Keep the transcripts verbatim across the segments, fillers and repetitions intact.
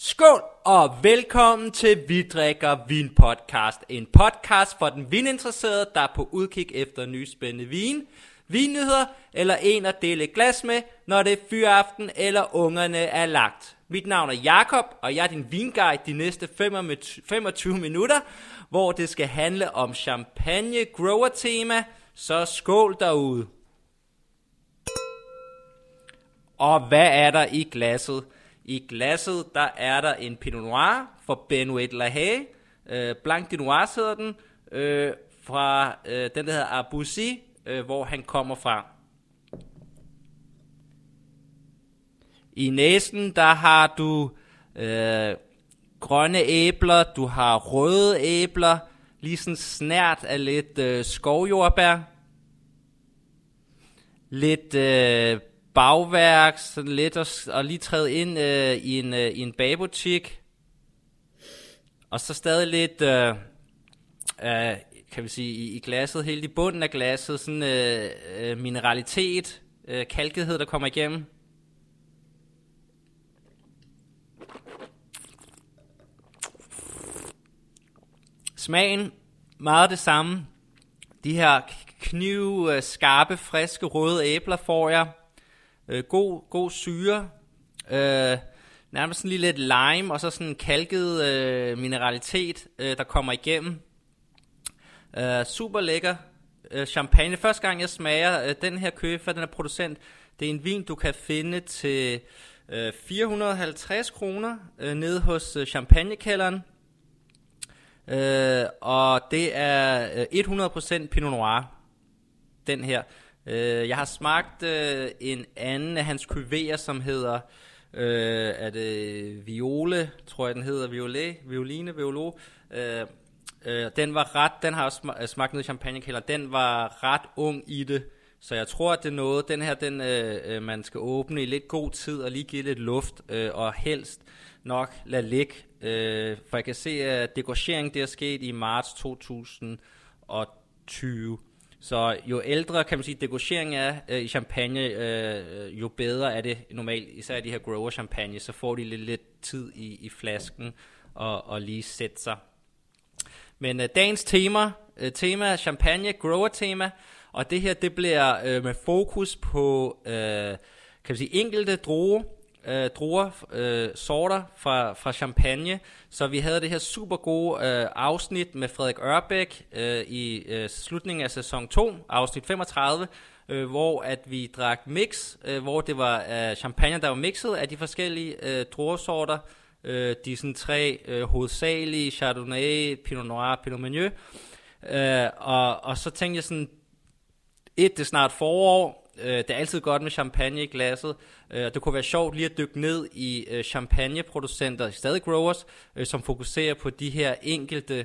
Skål og velkommen til Vi drikker vin podcast. En podcast for den vininteresserede, der er på udkig efter nye spændende vin, vinnyheder eller en at dele et glas med, når det er fyraften eller ungerne er lagt. Mit navn er Jakob, og jeg er din vinguide de næste femogtyve minutter, hvor det skal handle om champagne grower tema, så skål derude. Og hvad er der i glasset? I glasset, der er der en Pinot Noir fra Benoit Lahaye, øh, Blanc de Noir hedder den, øh, fra øh, den der hedder Arbouzy, øh, hvor han kommer fra. I næsen, der har du øh, grønne æbler, du har røde æbler, lige sådan snært af lidt øh, skovjordbær, lidt øh, bagværk, sådan lidt og, og lige træde ind øh, i en, øh, i en bagbutik, og så stadig lidt, øh, øh, kan vi sige, i, i glasset, helt i bunden af glasset, sådan øh, øh, mineralitet, øh, kalkighed, der kommer igennem. Smagen, meget det samme. De her kniv, øh, skarpe, friske, røde æbler får jeg. Øh, god, god syre, øh, nærmest sådan lige lidt lime, og så sådan en kalket øh, mineralitet, øh, der kommer igennem. Øh, super lækker øh, champagne. Første gang jeg smager øh, den her købe fra den her producent, det er en vin, du kan finde til øh, fire hundrede og halvtreds kroner øh, nede hos øh, Champagnekælderen. Øh, og det er øh, hundrede procent Pinot Noir, den her. Jeg har smagt øh, en anden af hans cuvéer, som hedder, øh, er det Viole, tror jeg den hedder, Violet, Violine, Violo. Øh, øh, den var ret, den har også smagt noget champagnekælder, den var ret ung i det, så jeg tror, at det er noget, den her, den øh, man skal åbne i lidt god tid og lige give lidt luft, øh, og helst nok lade ligge, øh, for jeg kan se, at degorgering det er sket i marts to tusind og tyve. Så jo ældre, kan man sige, degorgering er øh, i champagne, øh, jo bedre er det normalt, især de her grower champagne, så får de lidt, lidt tid i, i flasken og, og lige sætte sig. Men øh, dagens tema, øh, tema er champagne, grower tema, og det her, det bliver øh, med fokus på, øh, kan man sige, enkelte druer, øh, druer, øh, sorter fra, fra champagne. Så vi havde det her super gode øh, afsnit med Frederik Ørbæk øh, i øh, slutningen af sæson to, afsnit femogtredive, øh, hvor at vi drak mix, øh, hvor det var øh, champagne, der var mixet af de forskellige øh, druesorter. Øh, de sådan tre øh, hovedsagelige, Chardonnay, Pinot Noir, Pinot Meunier. Øh, og, og så tænkte jeg sådan, et, det er snart forår. Det er altid godt med champagne i glasset. Det kunne være sjovt lige at dykke ned i champagneproducenter, stadig growers, som fokuserer på de her enkelte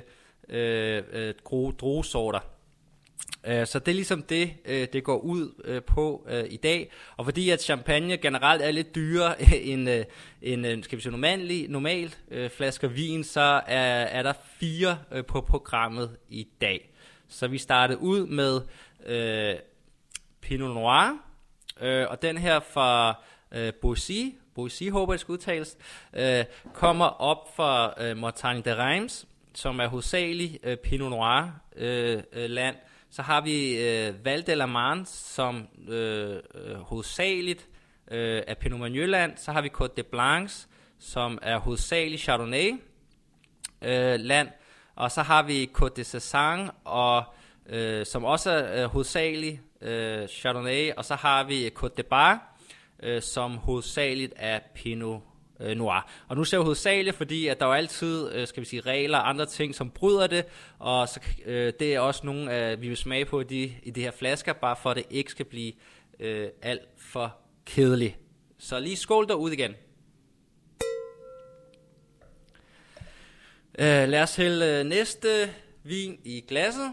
øh, druesorter. Så det er ligesom det, det går ud på i dag. Og fordi at champagne generelt er lidt dyrere end en, skal vi sige, normalt, normalt flasker vin, så er, er der fire på programmet i dag. Så vi startede ud med øh, Pinot Noir, øh, og den her fra øh, Boissy, Boissy håber jeg skal udtales, øh, kommer op fra øh, Montagne de Reims, som er hovedsageligt øh, Pinot Noir øh, øh, land. Så har vi øh, Val de la Marne, som øh, øh, hovedsageligt øh, er Pinot Meunier land. Så har vi Côte de Blanche, som er hovedsageligt Chardonnay øh, land. Og så har vi Côte de Sézanne, og øh, som også er øh, hovedsageligt øh, Chardonnay, og så har vi Côte de Bar, øh, som hovedsageligt er Pinot øh, Noir. Og nu ser vi hovedsageligt, fordi at der er altid, øh, skal vi sige, regler og andre ting, som bryder det, og så, øh, det er også nogle, øh, vi vil smage på i de, i de her flasker, bare for at det ikke skal blive øh, alt for kedeligt. Så lige skål derud igen. Uh, lad os hælde uh, næste vin i glasset.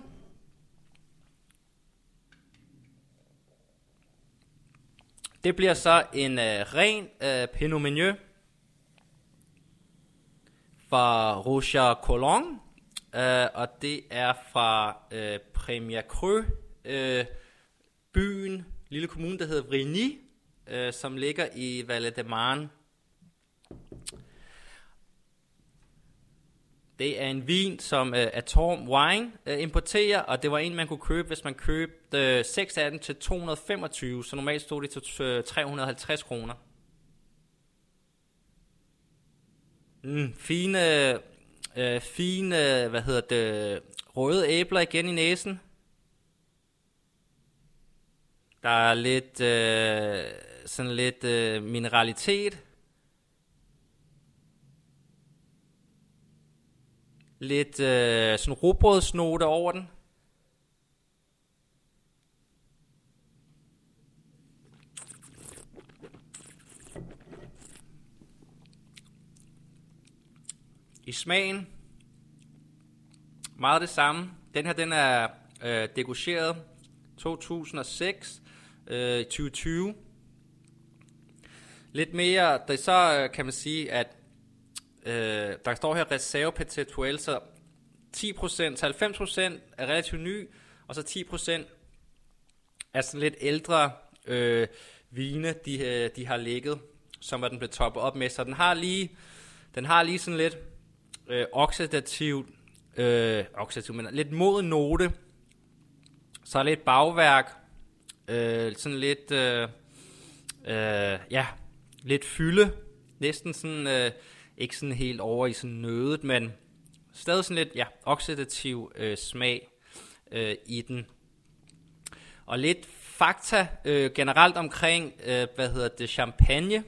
Det bliver så en uh, ren uh, Pinot Meunier fra Rocher Collonges, uh, og det er fra uh, Premier Cru, uh, byen, lille kommune, der hedder Vrigny, uh, som ligger i Val de Marne. det er en vin, som øh, Atom Wine øh, importerer, og det var en, man kunne købe, hvis man købte øh, seks af dem til to hundrede og femogtyve, så normalt stod det til øh, tre hundrede og halvtreds kroner. Mm, fine, øh, fine, hvad hedder det, røde æbler igen i næsen. Der er lidt, øh, sådan lidt øh, mineralitet. Lidt øh, sådan rugbrødsnote over den. I smagen, meget det samme. Den her, den er øh, degorgeret to tusind og seks, øh, tyve tyve. Lidt mere, det så kan man sige, at øh, der står her reserve perpetuel, så ti procent til halvfems procent er relativt ny, og så ti procent er sådan lidt ældre øh, vine, de, de har ligget, som er den blevet toppet op med. Så den har lige, den har lige sådan lidt øh, oxidativt, øh, oxidativ, men lidt moden note, så er lidt bagværk, øh, sådan lidt, øh, øh, ja, lidt fylde, næsten sådan, øh, ikke sådan helt over i sådan nødet, men stadig sådan lidt, ja, oxidativ øh, smag øh, i den. Og lidt fakta øh, generelt omkring, øh, hvad hedder det, champagne,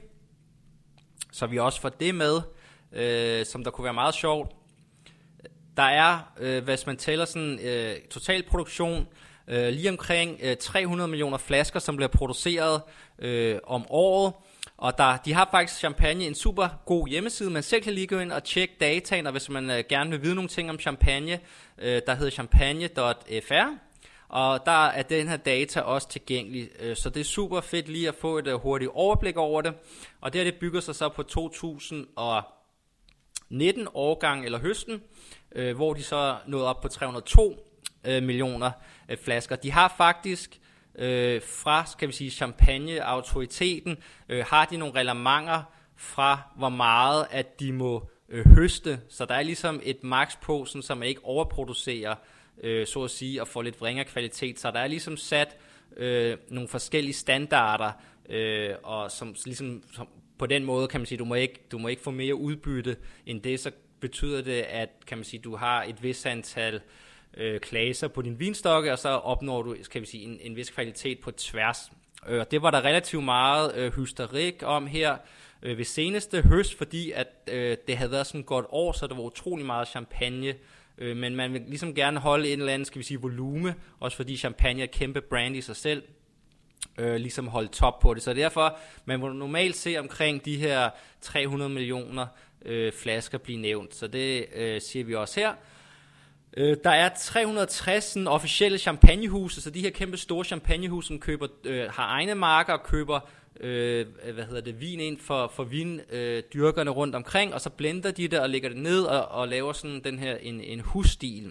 så vi også får det med, øh, som der kunne være meget sjovt. Der er, øh, hvis man tæller sådan øh, totalproduktion, øh, lige omkring øh, tre hundrede millioner flasker, som bliver produceret øh, om året. Og der, de har faktisk Champagne en super god hjemmeside. Man selv kan lige gå ind og tjekke dataen, og hvis man øh, gerne vil vide nogle ting om champagne, øh, der hedder champagne punktum f r. Og der er den her data også tilgængelig, øh, så det er super fedt lige at få et øh, hurtigt overblik over det. Og det her, det bygger sig så på to tusind og nitten årgang eller høsten, øh, hvor de så nåede op på tre hundrede og to øh, millioner øh, flasker. De har faktisk øh, fra, skal vi sige, champagne-autoriteten, øh, har de nogle reglementer fra, hvor meget at de må øh, høste. Så der er ligesom et max på, sådan, så man ikke overproducerer, øh, så at sige, og får lidt ringere kvalitet. Så der er ligesom sat øh, nogle forskellige standarder, øh, og som ligesom som, på den måde kan man sige, du må ikke, du må ikke få mere udbytte end det, så betyder det, at kan man sige, du har et vis antal øh, klasser på din vinstokke, og så opnår du, skal vi sige, en, en vis kvalitet på tværs. Øh, og det var der relativt meget øh, hysterik om her øh, ved seneste høst, fordi at øh, det havde været sådan et godt år, så der var utrolig meget champagne, øh, men man vil ligesom gerne holde en eller anden, skal vi sige, volume, også fordi champagne er et kæmpe brand i sig selv, øh, ligesom holde top på det. Så derfor, man må normalt se omkring de her tre hundrede millioner øh, flasker blive nævnt, så det øh, siger vi også her. Øh, der er tre hundrede og tres sådan, officielle champagnehuse, så de her kæmpe store champagnehuse, som køber, øh, har egne marker og køber øh, hvad hedder det, vin ind for, for vindyrkerne øh, rundt omkring, og så blender de det og lægger det ned og, og laver sådan den her en, en husstil.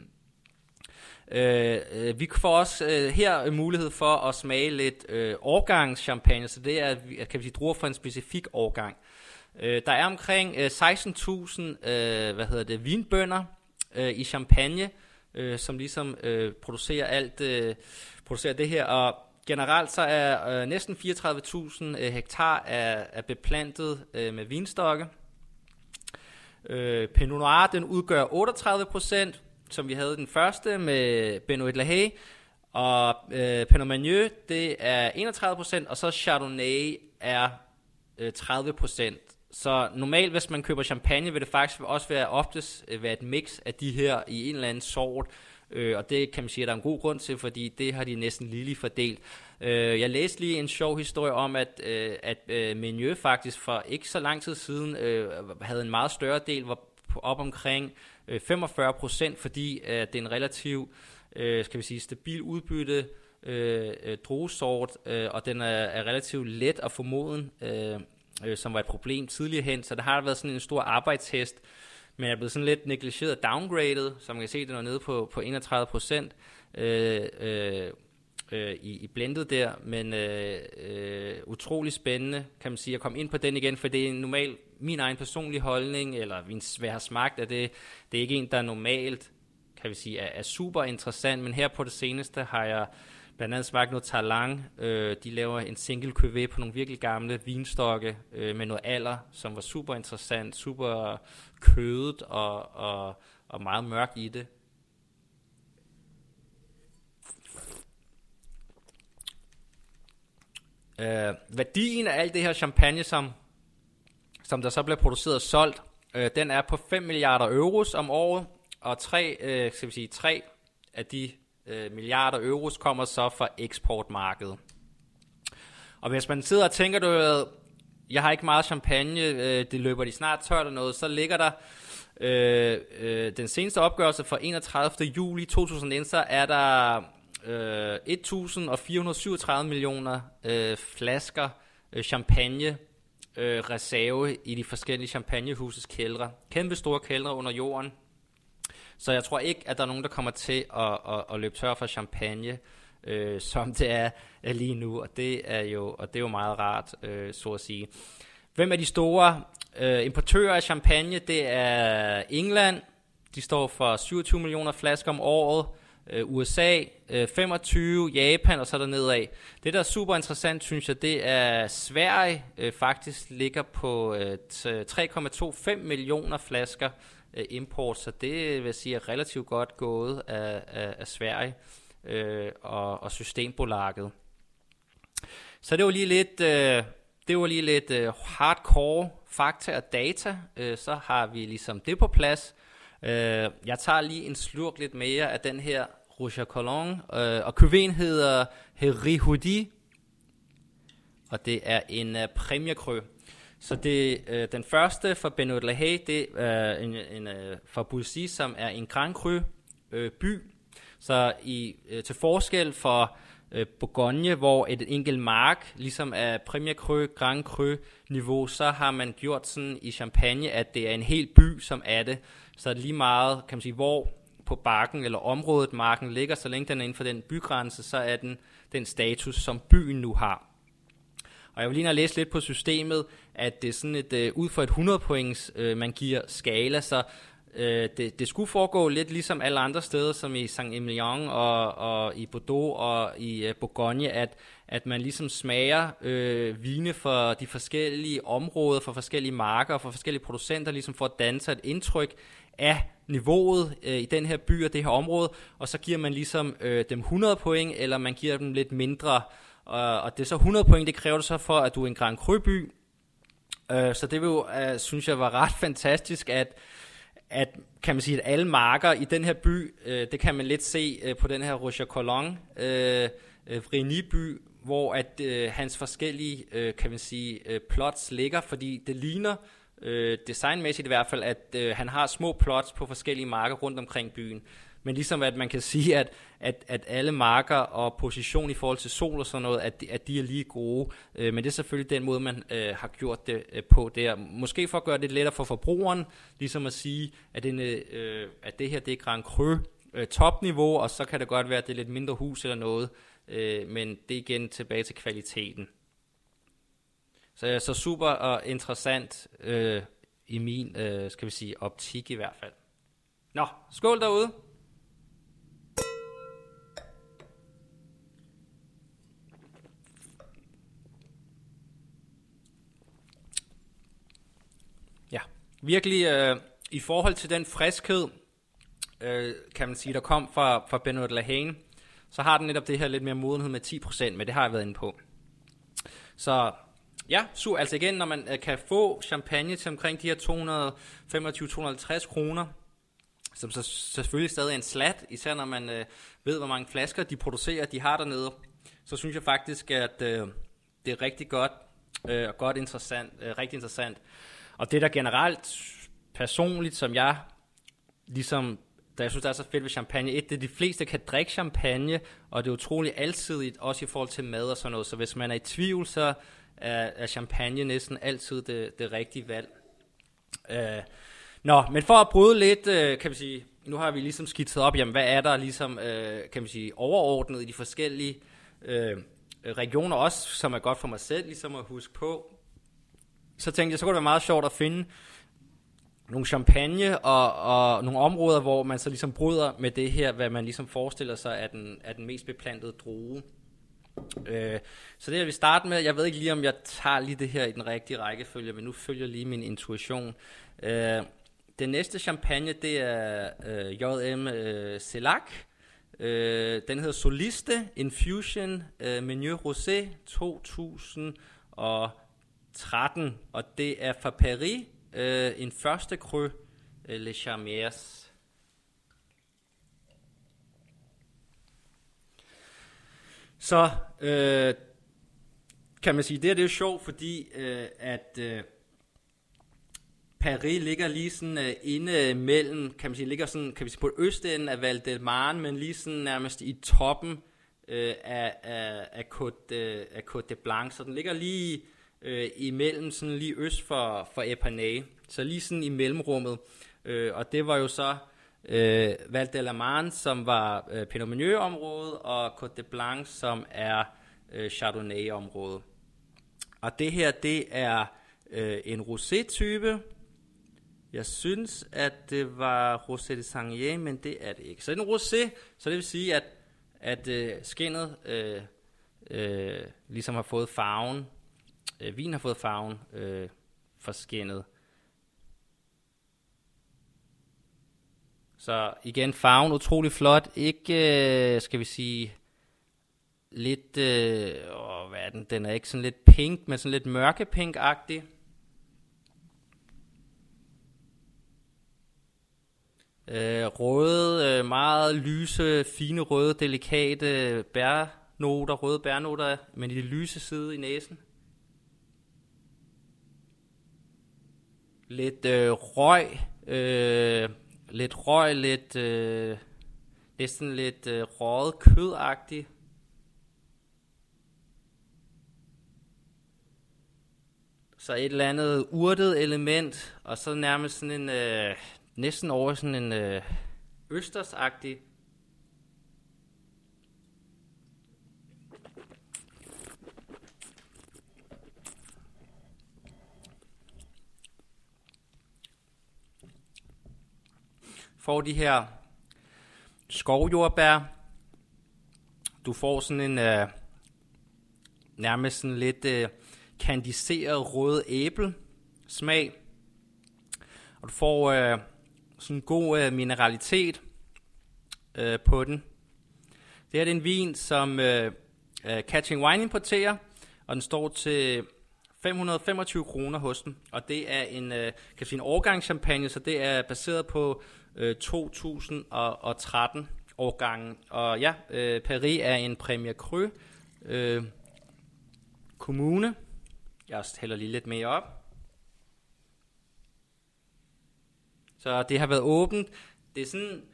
Øh, øh, vi får også øh, her mulighed for at smage lidt øh, årgangschampagne, så det er, kan vi sige, druer for en specifik årgang. Øh, der er omkring øh, seksten tusind øh, hvad hedder det, vinbønder øh, i Champagne, øh, som ligesom øh, producerer alt, øh, producerer det her, og generelt så er øh, næsten fireogtredive tusind øh, hektar er, er beplantet øh, med vinstokke. Øh, Pinot Noir, den udgør otteogtredive procent, som vi havde den første med Benoit Lahey, og øh, Pinot Meunier, det er enogtredive procent, og så Chardonnay er øh, tredive procent. Så normalt, hvis man køber champagne, vil det faktisk også være oftest øh, være et mix af de her i en eller anden sort, øh, og det kan man sige, at der er en god grund til, fordi det har de næsten lige fordelt. Øh, jeg læste lige en sjov historie om, at, øh, at øh, Meunier faktisk for ikke så lang tid siden øh, havde en meget større del, var op omkring øh, femogfyrre procent, fordi øh, det er en relativt øh, skal vi sige, stabil udbytte øh, øh, druesort, øh, og den er, er relativt let at få moden, øh, øh, som var et problem tidligere hen, så der har været sådan en stor arbejdshest, men er blevet sådan lidt negligeret og downgraded, så man kan se, det er nede på, på enogtredive procent. Øh, øh, øh, i, i blendet der, men øh, øh, utrolig spændende, kan man sige, at komme ind på den igen, for det er normalt min egen personlige holdning, eller min, hvad jeg har smagt, at det, det er ikke en, der er normalt, kan vi sige, er, er super interessant, men her på det seneste har jeg blandt andet smagt noget Talang. Øh, de laver en single cuvée på nogle virkelig gamle vinstokke øh, med noget alder, som var super interessant, super kødet og, og, og meget mørk i det. Øh, værdien af alt det her champagne, som, som der så bliver produceret og solgt, øh, den er på fem milliarder euros om året, og tre, øh, skal vi sige, tre af de øh, milliarder euros kommer så fra eksportmarkedet. Og hvis man sidder og tænker, du, jeg har ikke meget champagne, øh, det løber de snart tørt eller noget, så ligger der øh, øh, den seneste opgørelse fra enogtredivte juli to tusind og nitten, så er der øh, et tusind fire hundrede syvogtredive millioner øh, flasker øh, champagne øh, reserve i de forskellige champagnehuses kældre. Kæmpe store kældre under jorden. Så jeg tror ikke, at der er nogen, der kommer til at, at, at løbe tør for champagne, øh, som det er lige nu, og det er jo, og det er jo meget rart, øh, så at sige. Hvem er de store øh, importører af champagne? Det er England, de står for syvogtyve millioner flasker om året, øh, U S A øh, femogtyve, Japan og så der nedad. Det der er super interessant, synes jeg, det er Sverige, øh, faktisk ligger på øh, tre komma toogtyve millioner flasker import, så det vil jeg sige er relativt godt gået af, af, af Sverige øh, og, og Systembolaget. Så det var lige lidt, øh, det var lige lidt øh, hardcore fakta og data, øh, så har vi ligesom det på plads. Øh, jeg tager lige en slurk lidt mere af den her Rocher Colon, øh, og cuveen hedder Heri-Houdi, og det er en uh, Premier Cru. Så det øh, den første for Benoît Lahaye, det er en, en øh, fra Boulcy, som er en Grand Cru øh, by. Så i øh, til forskel for øh, Bourgogne, hvor et enkelt mark ligesom er Premier Cru, Grand Cru niveau, så har man gjort sådan i Champagne, at det er en hel by, som er det. Så er det lige meget, kan man sige, hvor på bakken eller området marken ligger, så længe den er inden for den bygrænse, så er den den status, som byen nu har. Og jeg vil lige læse lidt på systemet, at det er sådan et, øh, ud for et hundrede points, øh, man giver skala, så øh, det, det skulle foregå lidt ligesom alle andre steder, som i Saint-Emilion og, og i Bordeaux og i øh, Bourgogne, at, at man ligesom smager øh, vine for de forskellige områder, for forskellige marker og for forskellige producenter, ligesom for at danne sig et indtryk af niveauet øh, i den her by og det her område, og så giver man ligesom øh, dem hundrede point, eller man giver dem lidt mindre. Og, og det er så hundrede point, det kræver det så for, at du er en Grand Cru-by. Uh, så det vil jo, uh, synes jeg, var ret fantastisk, at, at, kan man sige, at alle marker i den her by, uh, det kan man lidt se uh, på den her Rocher Colon, uh, uh, Vrigny-by, hvor at uh, hans forskellige, uh, kan man sige, uh, plots ligger, fordi det ligner, uh, designmæssigt i hvert fald, at uh, han har små plots på forskellige marker rundt omkring byen. Men ligesom at man kan sige, at, at, at alle marker og position i forhold til sol og sådan noget, at de, at de er lige gode. Øh, men det er selvfølgelig den måde, man øh, har gjort det øh, på der. Måske for at gøre det lettere for forbrugeren, ligesom at sige, at, den, øh, at det her det er Grand Cru øh, topniveau, og så kan det godt være, at det er lidt mindre hus eller noget. Øh, men det er igen tilbage til kvaliteten. Så, så super og interessant øh, i min, øh, skal vi sige, optik i hvert fald. Nå, skål derude! Ja, virkelig øh, i forhold til den friskhed, øh, kan man sige, der kom fra, fra Benoît Lahaye, så har den netop det her lidt mere modenhed med ti procent, men det har jeg været inde på. Så ja, så altså igen, når man øh, kan få champagne til omkring de her to hundrede og femogtyve til to hundrede og halvtreds kroner, som så selvfølgelig stadig er en slat, især når man øh, ved, hvor mange flasker de producerer, de har dernede, så synes jeg faktisk, at øh, det er rigtig godt, øh, og godt interessant, øh, rigtig interessant. Og det der generelt, personligt, som jeg, ligesom, da jeg synes, det er så fedt ved champagne, et, det er de fleste kan drikke champagne, og det er utroligt alsidigt, også i forhold til mad og sådan noget, så hvis man er i tvivl, så er, er champagne næsten altid det, det rigtige valg. Øh, Nå, men for at bryde lidt, øh, kan vi sige, nu har vi ligesom skitset op, jamen hvad er der ligesom, øh, kan vi sige, overordnet i de forskellige øh, regioner også, som er godt for mig selv, ligesom at huske på. Så tænkte jeg, så kunne det være meget sjovt at finde nogle champagne og, og nogle områder, hvor man så ligesom bryder med det her, hvad man ligesom forestiller sig er den, er den mest beplantede drue. Øh, så det jeg vil starte med, jeg ved ikke lige, om jeg tager lige det her i den rigtige rækkefølge, men nu følger lige min intuition. Øh, den næste champagne, det er øh, J M øh, Celac. Øh, den hedder Soliste Infusion øh, Menu Rosé to tusind og tretten, og det er fra Paris, øh, en første cru, øh, Les Charmières. Så øh, kan man sige, det, her, det er jo sjovt, fordi øh, at øh, Paris ligger lige sådan øh, inde mellem, kan man sige, ligger sådan, kan man sige, på østenden af Val del Marne, men lige sådan nærmest i toppen øh, af, af, af, Côte, øh, af Côte de Blanc, så den ligger lige øh, imellem, sådan lige øst for, for Epernay, så lige sådan i mellemrummet, øh, og det var jo så øh, Val de la Marne, som var øh, Pinot Meunier-området, og Côte de Blanc, som er øh, Chardonnay-området. Og det her, det er øh, en rosé-type. Jeg synes, at det var Rosé de Sangnier, men det er det ikke. Så det er en rosé, så det vil sige, at, at øh, skinnet øh, øh, ligesom har fået farven, øh, vin har fået farven øh, for skinnet. Så igen, farven utrolig flot. Ikke, øh, skal vi sige, lidt, øh, åh, hvad er den? Den er ikke sådan lidt pink, men sådan lidt mørkepink-agtig. Øh, røde, øh, meget lyse, fine røde, delikate bærnoter, røde bærnoter, men i det lyse side i næsen. Lidt øh, røg, øh, lidt røg, lidt, øh, næsten lidt øh, røget kødagtigt. Så et eller andet urtet element, og så nærmest sådan en, øh, næsten over sådan en øh, østersagtig. Får de her skovjordbær. Du får sådan en øh, nærmest sådan lidt øh, kandiseret rød æble smag. Og du får øh, sådan en god øh, mineralitet øh, på den. Det her er en vin, som øh, uh, Catching Wine importerer, og den står til fem hundrede og femogtyve kroner hos dem. Og det er en, øh, kan sige, en årgangschampagne, så det er baseret på øh, to tusind og tretten årgangen. Og ja, øh, Paris er en Premier Cru øh, kommune. Jeg hælder lige lidt mere op. Så det har været åbent. Det er sådan,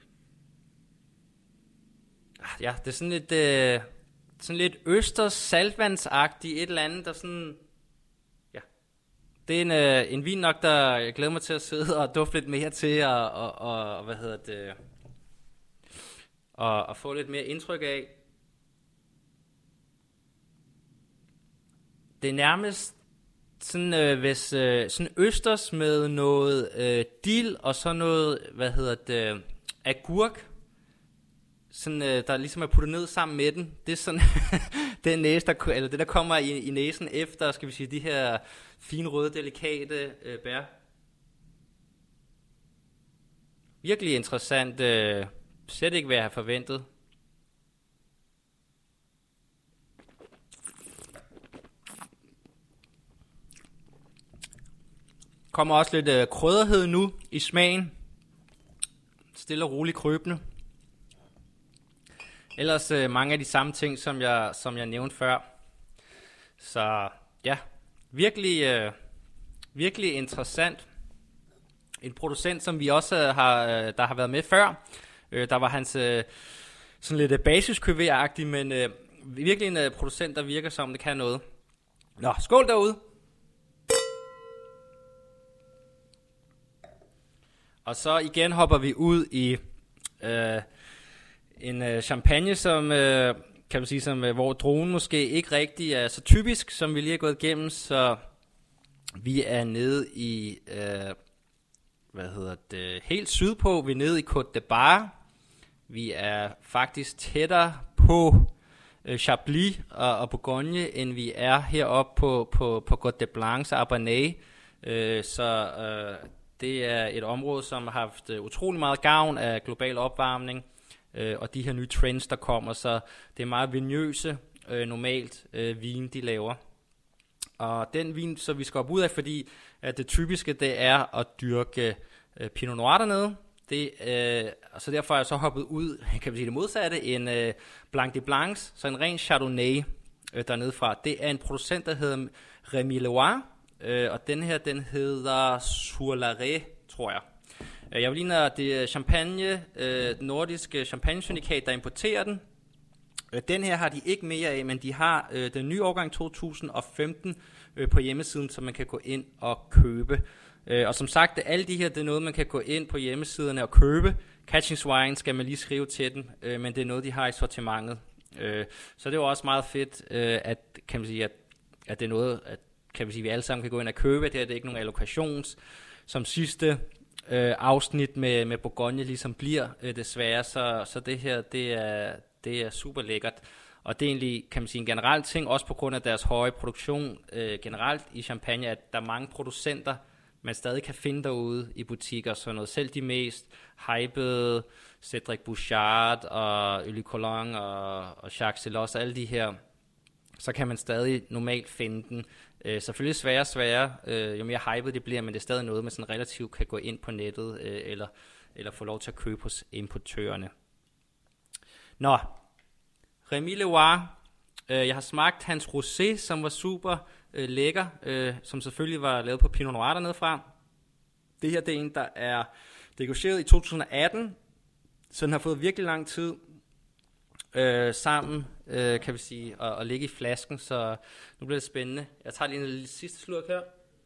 ja, det er sådan lidt, øh, sådan lidt østers saltvandsagtigt, et eller andet, der sådan, ja. Det er en, øh, en vin nok, der jeg glæder mig til at sidde og dufte lidt mere til, og, og, og hvad hedder det, og, og få lidt mere indtryk af. Det er nærmest sådan, øh, hvis, øh, sådan østers med noget øh, dild og så noget, hvad hedder det, agurk, sådan, øh, der ligesom er puttet ned sammen med den. Det er sådan, det, næse, der, eller det der kommer i, i næsen efter, skal vi sige, de her fine røde, delikate øh, bær. Virkelig interessant, øh, slet ikke hvad jeg har forventet. Kommer også lidt øh, krydderhed nu i smagen. Stille og roligt krybende. Ellers øh, mange af de samme ting, som jeg, som jeg nævnte før. Så ja, virkelig, øh, virkelig interessant. En producent, som vi også øh, har, øh, der har været med før. Øh, der var hans øh, sådan lidt basis-køvé-agtig, men øh, virkelig en øh, producent, der virker som det kan noget. Nå, skål derude! Og så igen hopper vi ud i øh, en øh, champagne, som øh, kan man sige, som, øh, hvor dronen måske ikke rigtig er så typisk, som vi lige har gået igennem, så vi er nede i, øh, hvad hedder det, helt sydpå, vi er nede i Côte de Bar. Vi er faktisk tættere på øh, Chablis og, og Bourgogne, end vi er heroppe på, på, på Côte de Blanche og Arbonnay. Øh, så øh, det er et område, som har haft øh, utrolig meget gavn af global opvarmning øh, og de her nye trends, der kommer. Så det er meget vinøse, øh, normalt øh, vin, de laver. Og den vin, så vi skal op ud af, fordi at det typiske, det er at dyrke øh, Pinot Noir dernede. Det, øh, og så derfor er jeg så hoppet ud, kan vi sige det modsatte, en øh, Blanc de Blancs, så en ren Chardonnay øh, dernede fra. Det er en producent, der hedder Rémy Loire, øh, og den her, den hedder Sur la Ré, tror jeg. Jeg vil lige, når det er champagne, øh, den nordiske champagne-syndikat, der importerer den. Den her har de ikke mere af, men de har øh, den nye årgang to tusind og femten øh, på hjemmesiden, så man kan gå ind og købe. Øh, og som sagt, alle de her, det er noget, man kan gå ind på hjemmesiderne og købe. Catching Wine skal man lige skrive til den, øh, men det er noget, de har i sortimentet. Øh, så det er jo også meget fedt, øh, at, kan man sige, at, at det er noget, at kan vi sige, vi alle sammen kan gå ind og købe. Det her det er ikke nogen allokations. Som sidste øh, afsnit med, med Bourgogne ligesom bliver øh, desværre, så, så det her, det er... Det er super lækkert, og det er egentlig, kan man sige, en generel ting, også på grund af deres høje produktion øh, generelt i champagne, at der er mange producenter, man stadig kan finde derude i butikker, så noget, selv de mest hypede, Cédric Bouchard og Uly Colon og, og Jacques Celos, alle de her, så kan man stadig normalt finde den. Øh, selvfølgelig sværere og sværere, øh, jo mere hypet det bliver, men det er stadig noget, man sådan relativt kan gå ind på nettet, øh, eller, eller få lov til at købe hos importørerne. Nå, Rémy Loire, øh, jeg har smagt hans rosé, som var super øh, lækker, øh, som selvfølgelig var lavet på Pinot Noir dernede fra. Det her, det er en, der er degorgeret i to tusind og atten, så den har fået virkelig lang tid øh, sammen, øh, kan vi sige, at, at ligge i flasken, så nu bliver det spændende. Jeg tager lige en lille sidste slurk her.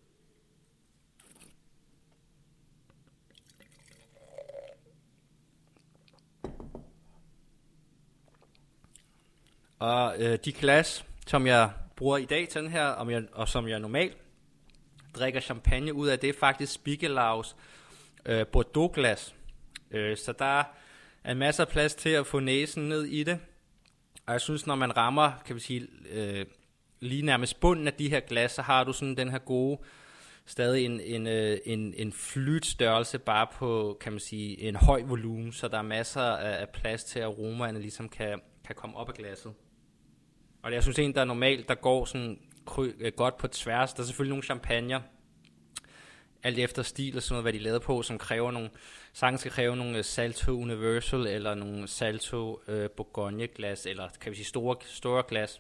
Og øh, de glas, som jeg bruger i dag til den her, og, jeg, og som jeg normalt drikker champagne ud af, det er faktisk Spiegelau øh, Bordeaux-glas. Øh, så der er masser af plads til at få næsen ned i det. Og jeg synes, når man rammer, kan vi sige, øh, lige nærmest bunden af de her glas, så har du sådan den her gode, stadig en, en, øh, en, en flyt størrelse, bare på, kan man sige, en høj volumen, så der er masser af, af plads til, at aromaerne ligesom kan, kan komme op af glasset. Og det, jeg synes en, der er normalt, der går sådan kry- godt på tværs. Der er selvfølgelig nogle champagner, alt efter stil og sådan noget, hvad de lavede på, som kræver nogle, sangen skal kræve nogle Salto Universal, eller nogle Salto øh, Bourgogne glas, eller kan vi sige store, store glas.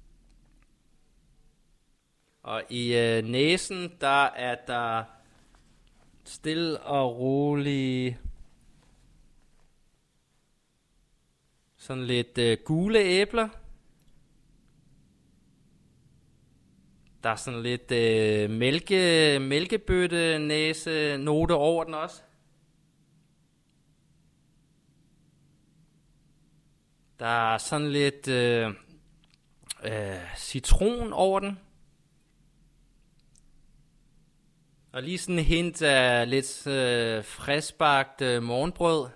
Og i øh, næsen, der er der stille og rolig, sådan lidt øh, gule æbler. Der er sådan lidt øh, mælke, mælkebøtte næse note over den også. Der er sådan lidt øh, øh, citron over den. Og lige sådan en hint af lidt øh, friskbagt øh, morgenbrød.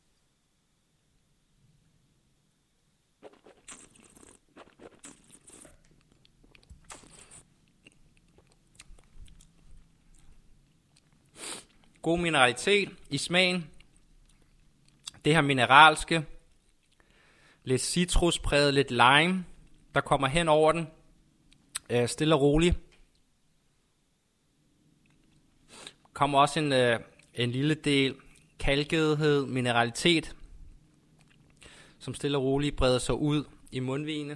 God mineralitet i smagen. Det her mineralske. Lidt citruspræget, lidt lime, der kommer hen over den. Øh, stille og roligt. Kommer også en, øh, en lille del kalkethed, mineralitet, som stille og roligt breder sig ud i mundvigene.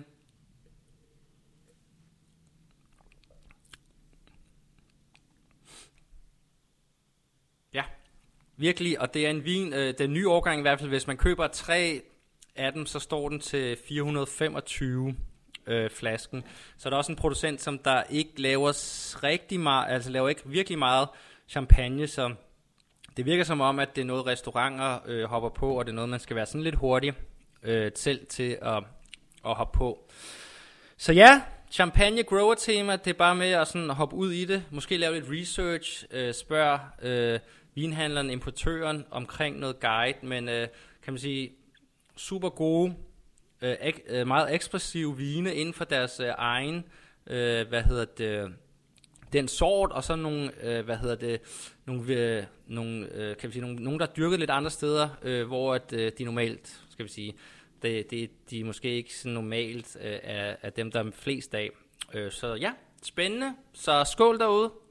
Ja, virkelig, og det er en vin, øh, den nye årgang i hvert fald, hvis man køber tre af dem, så står den til fire hundrede og femogtyve øh, flasken. Så er der også en producent, som der ikke laver rigtig meget, altså laver ikke virkelig meget champagne, så det virker som om, at det er noget restauranter øh, hopper på, og det er noget, man skal være sådan lidt hurtig øh, selv til at, at hoppe på. Så ja, champagne grower tema, det er bare med at sådan hoppe ud i det, måske lave lidt research, øh, spørg øh, vinhandleren, importøren omkring noget guide, men øh, kan man sige, super gode, øh, ek, øh, meget ekspressive vine inden for deres øh, egen, øh, hvad hedder det, den sort, og så nogle, øh, hvad hedder det, nogle, øh, nogle øh, kan vi sige, nogle, nogle der er dyrket lidt andre steder, øh, hvor at, øh, de normalt, skal vi sige, det, det, de er måske ikke så normalt øh, af, af dem, der er flest af. Øh, så ja, spændende. Så skål derude.